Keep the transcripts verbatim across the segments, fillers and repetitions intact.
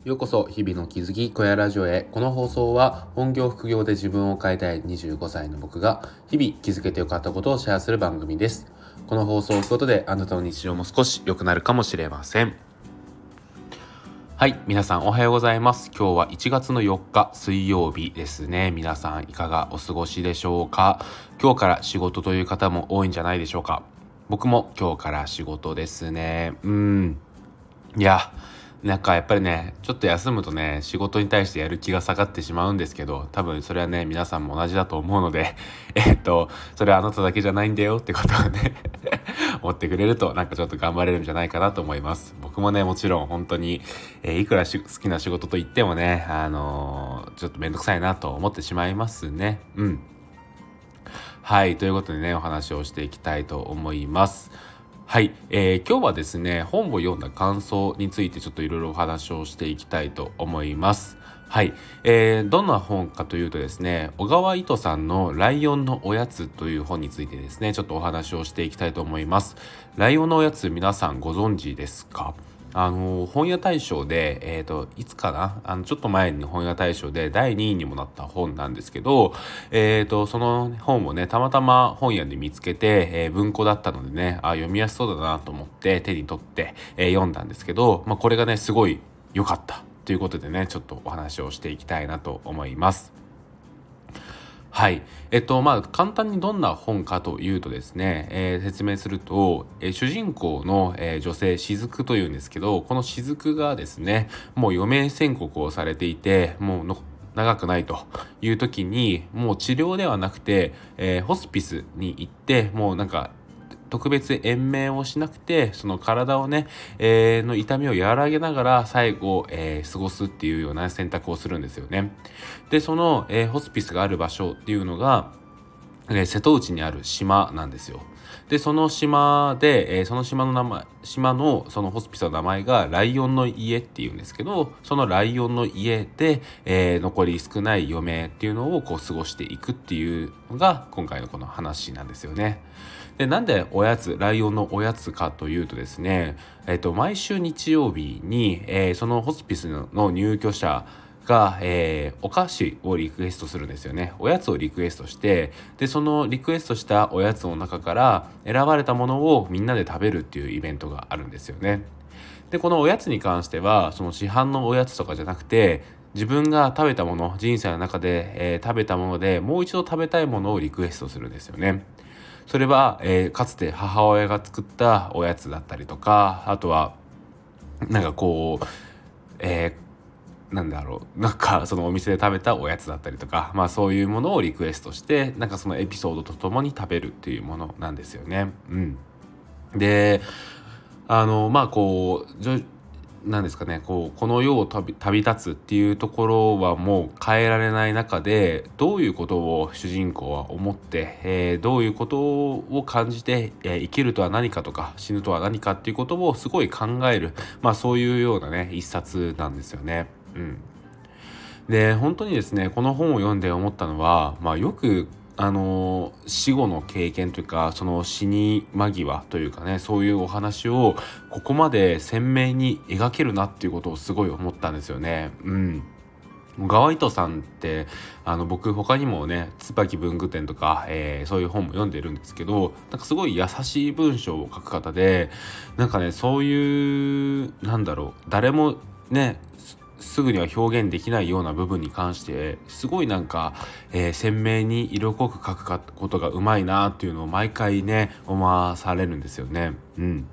ようこそ日々の気づき小屋ラジオへ。この放送は本業副業で自分を変えたいにじゅうごさいの僕が日々気づけてよかったことをシェアする番組です。この放送を聞くことであなたの日常も少し良くなるかもしれません。はい、皆さんおはようございます。今日はいちがつのよっか水曜日ですね。皆さんいかがお過ごしでしょうか。今日から仕事という方も多いんじゃないでしょうか。僕も今日から仕事ですね。うんいやなんかやっぱりねちょっと休むとね仕事に対してやる気が下がってしまうんですけど、多分それはね皆さんも同じだと思うのでえっとそれはあなただけじゃないんだよってことをね思ってくれるとなんかちょっと頑張れるんじゃないかなと思います。僕もねもちろん本当に、えーいくらし好きな仕事と言ってもねあのーちょっとめんどくさいなと思ってしまいますね。うんはいということでねお話をしていきたいと思います。はい、えー、今日はですね本を読んだ感想についてちょっといろいろお話をしていきたいと思います。はい、えー、どんな本かというとですね小川糸さんのライオンのおやつという本についてですねちょっとお話をしていきたいと思います。ライオンのおやつ皆さんご存知ですか？あの本屋大賞で、えーと、いつかなあのちょっと前に本屋大賞でだいにいにもなった本なんですけど、えーと、その本をねたまたま本屋で見つけて、えー文庫だったのでねあ読みやすそうだなと思って手に取って、えー読んだんですけど、まあ、これがねすごい良かったということでねちょっとお話をしていきたいなと思います。はい。えっと、まあ、簡単にどんな本かというとですね、えー説明すると、えー主人公の、えー女性、雫というんですけど、この雫がですね、もう余命宣告をされていて、もうの長くないという時に、もう治療ではなくて、えーホスピスに行って、もうなんか、特別延命をしなくてその体をね、えーの痛みを和らげながら最後、えー過ごすっていうような選択をするんですよね。でその、えーホスピスがある場所っていうのが、えー瀬戸内にある島なんですよ。でその島で、えーその島の名前島のそのホスピスの名前がライオンの家っていうんですけど、そのライオンの家で、えー残り少ない余命っていうのをこう過ごしていくっていうのが今回のこの話なんですよね。でなんでおやつライオンのおやつかというとですね、えっと、毎週日曜日に、えーそのホスピスの入居者が、えーお菓子をリクエストするんですよね。おやつをリクエストして、でそのリクエストしたおやつの中から選ばれたものをみんなで食べるっていうイベントがあるんですよね。でこのおやつに関してはその市販のおやつとかじゃなくて、自分が食べたもの人生の中で、えー食べたものでもう一度食べたいものをリクエストするんですよね。それは、えーかつて母親が作ったおやつだったりとか、あとはなんかこう、えーなんだろうなんかそのお店で食べたおやつだったりとか、まあそういうものをリクエストしてなんかそのエピソードとともに食べるっていうものなんですよね。うん。であのまあこうじょなんですかねこうこの世を旅旅立つっていうところはもう変えられない中で、どういうことを主人公は思って、えーどういうことを感じて、えー生きるとは何かとか死ぬとは何かっていうことをすごい考える、まあそういうようなね一冊なんですよね。うん。で本当にですねこの本を読んで思ったのは、まあ、よくあの死後の経験というかその死に間際というかね、そういうお話をここまで鮮明に描けるなっていうことをすごい思ったんですよね。うん。川糸さんってあの僕他にもね椿文具店とか、えーそういう本も読んでるんですけど、なんかすごい優しい文章を書く方で、なんかねそういうなんだろう誰もねすすぐには表現できないような部分に関してすごいなんか、えー鮮明に色濃く書くかことがうまいなっていうのを毎回ね思わされるんですよね。うん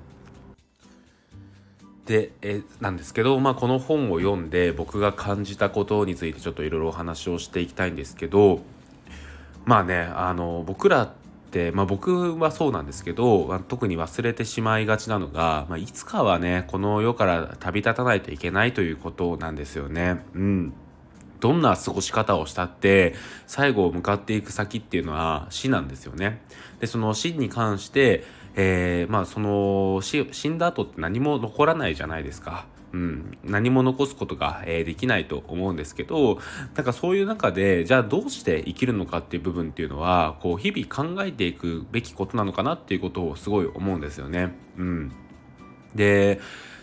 で、えなんですけど、まあ、この本を読んで僕が感じたことについてちょっといろいろお話をしていきたいんですけど、まあねあの僕らって、まあ、僕はそうなんですけど、まあ特に忘れてしまいがちなのが、まあ、いつかはねこの世から旅立たないといけないということなんですよね。うん。どんな過ごし方をしたって最後向かっていく先っていうのは死なんですよね。でその死に関して、えーまあその死死んだ後って何も残らないじゃないですか。うん、何も残すことが、えーできないと思うんですけど、なんかそういう中でじゃあどうして生きるのかっていう部分っていうのはこう日々考えていくべきことなのかなっていうことをすごい思うんですよね。うん、で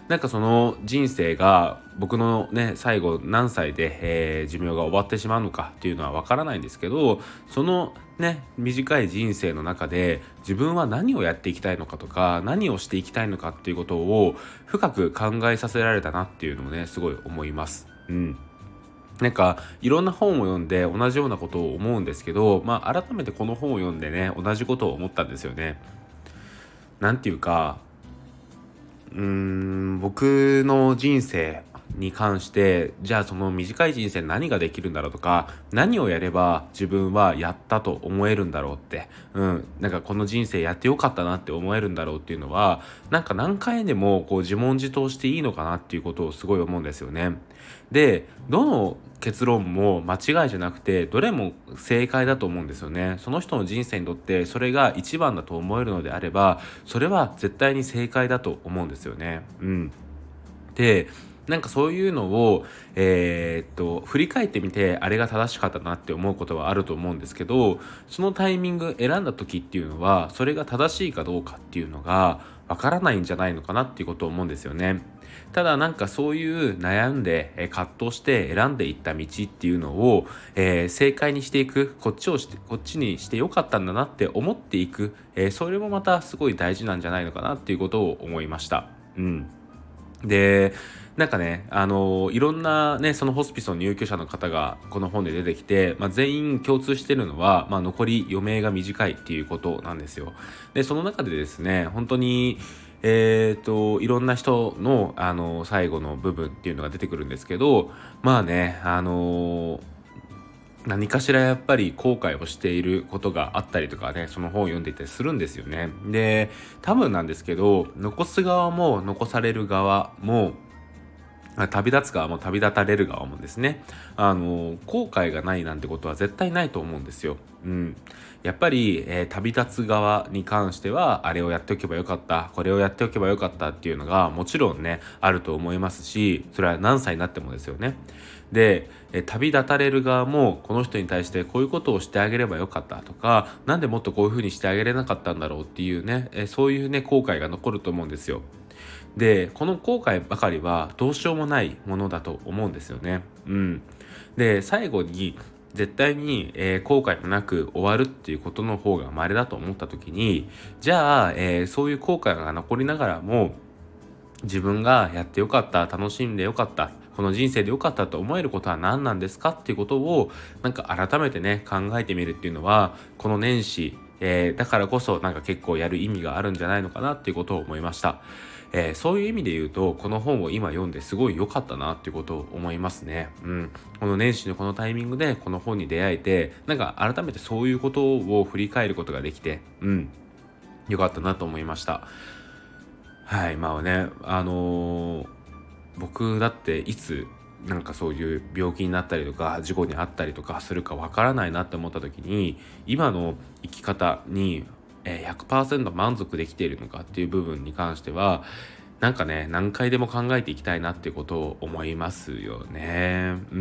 なんかその人生が僕のね最後何歳で、えー寿命が終わってしまうのかっていうのはわからないんですけど、そのね短い人生の中で自分は何をやっていきたいのかとか何をしていきたいのかっていうことを深く考えさせられたなっていうのをねすごい思います。うん。なんかいろんな本を読んで同じようなことを思うんですけど、まあ改めてこの本を読んでね同じことを思ったんですよね。なんていうか、うーん僕の人生に関してじゃあその短い人生何ができるんだろうとか、何をやれば自分はやったと思えるんだろうって、うんなんかこの人生やってよかったなって思えるんだろうっていうのは、なんか何回でもこう自問自答していいのかなっていうことをすごい思うんですよね。でどの結論も間違いじゃなくてどれも正解だと思うんですよね。その人の人生にとってそれが一番だと思えるのであれば、それは絶対に正解だと思うんですよね。うんでなんかそういうのを、えーっと振り返ってみてあれが正しかったなって思うことはあると思うんですけど、そのタイミング選んだ時っていうのはそれが正しいかどうかっていうのがわからないんじゃないのかなっていうことを思うんですよね。ただなんかそういう悩んで、えー葛藤して選んでいった道っていうのを、えー正解にしていく、こっちをしてこっちにしてよかったんだなって思っていく、えーそれもまたすごい大事なんじゃないのかなっていうことを思いました。うんでなんかね、あのいろんなねそのホスピスの入居者の方がこの本で出てきて、まあ、全員共通してるのは、まあ、残り余命が短いっていうことなんですよ。でその中でですね本当にえーといろんな人の、あの最後の部分っていうのが出てくるんですけど、まあねあの何かしらやっぱり後悔をしていることがあったりとかね、その本を読んでいてするんですよね。で多分なんですけど、残す側も残される側もあ旅立つ側も旅立たれる側もですね、あの後悔がないなんてことは絶対ないと思うんですよ。うん、やっぱり、えー旅立つ側に関してはあれをやっておけばよかった、これをやっておけばよかったっていうのがもちろんねあると思いますし、それは何歳になってもですよね。で、えー旅立たれる側もこの人に対してこういうことをしてあげればよかったとか、なんでもっとこういうふうにしてあげれなかったんだろうっていうね、えーそういうね後悔が残ると思うんですよ。でこの後悔ばかりはどうしようもないものだと思うんですよね。うん、で最後に絶対に、えー後悔もなく終わるっていうことの方が稀だと思った時に、じゃあ、えーそういう後悔が残りながらも自分がやってよかった、楽しんでよかった、この人生でよかったと思えることは何なんですかっていうことをなんか改めてね考えてみるっていうのはこの年始、えーだからこそなんか結構やる意味があるんじゃないのかなっていうことを思いました。えーそういう意味で言うとこの本を今読んですごい良かったなっていうことを思いますね。うん、この年始のこのタイミングでこの本に出会えて、なんか改めてそういうことを振り返ることができて、うん良かったなと思いました。はい、まあね、あのー僕だっていつなんかそういう病気になったりとか事故に遭ったりとかするかわからないなって思った時に、今の生き方にえーひゃくパーセント満足できているのかっていう部分に関しては、なんかね何回でも考えていきたいなっていうことを思いますよね。うん。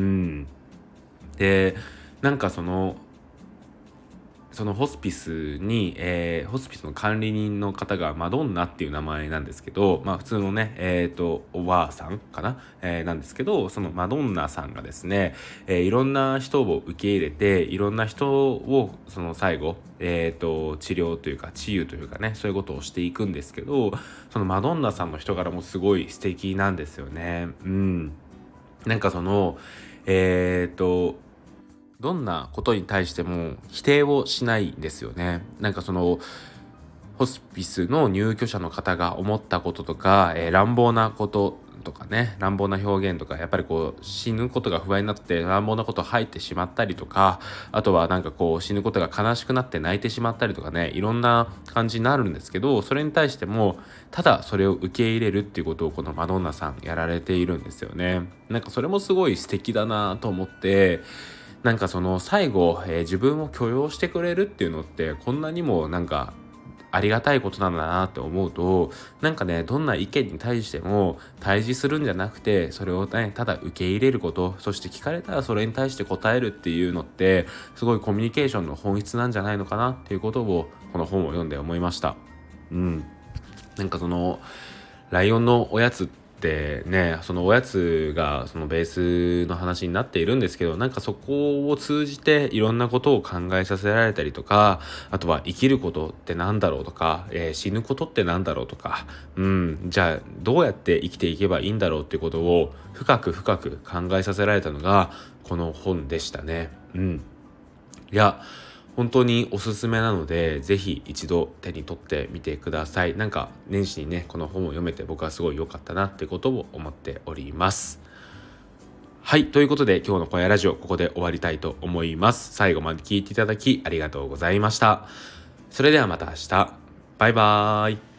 でなんかそのそのホスピスに、えーホスピスの管理人の方がマドンナっていう名前なんですけど、まあ普通のね、えっと、おばあさんかな、えーなんですけど、そのマドンナさんがですね、えーいろんな人を受け入れて、いろんな人をその最後、えっと、治療というか治癒というかね、そういうことをしていくんですけど、そのマドンナさんの人柄もすごい素敵なんですよね。うん。なんかその、えっと、どんなことに対しても否定をしないんですよね。なんかそのホスピスの入居者の方が思ったこととか、えー乱暴なこととかね、乱暴な表現とか、やっぱりこう死ぬことが不安になって乱暴なこと入ってしまったりとか、あとはなんかこう死ぬことが悲しくなって泣いてしまったりとかね、いろんな感じになるんですけど、それに対してもただそれを受け入れるっていうことをこのマドンナさんやられているんですよね。なんかそれもすごい素敵だなと思って、なんかその最後、えー自分を許容してくれるっていうのってこんなにもなんかありがたいことなんだなって思うと、なんかねどんな意見に対しても対峙するんじゃなくて、それをねただ受け入れること、そして聞かれたらそれに対して答えるっていうのってすごいコミュニケーションの本質なんじゃないのかなっていうことをこの本を読んで思いました。うん。なんかそのライオンのおやつってね、そのおやつがそのベースの話になっているんですけど、なんかそこを通じていろんなことを考えさせられたりとか、あとは生きることってなんだろうとか、えー死ぬことってなんだろうとか、うんじゃあどうやって生きていけばいいんだろうっていうことを深く深く考えさせられたのがこの本でしたね。うんいや本当におすすめなので、ぜひ一度手に取ってみてください。なんか年始にねこの本を読めて僕はすごい良かったなってことを思っております。はい、ということで今日の小屋ラジオここで終わりたいと思います。最後まで聞いていただきありがとうございました。それではまた明日。バイバーイ。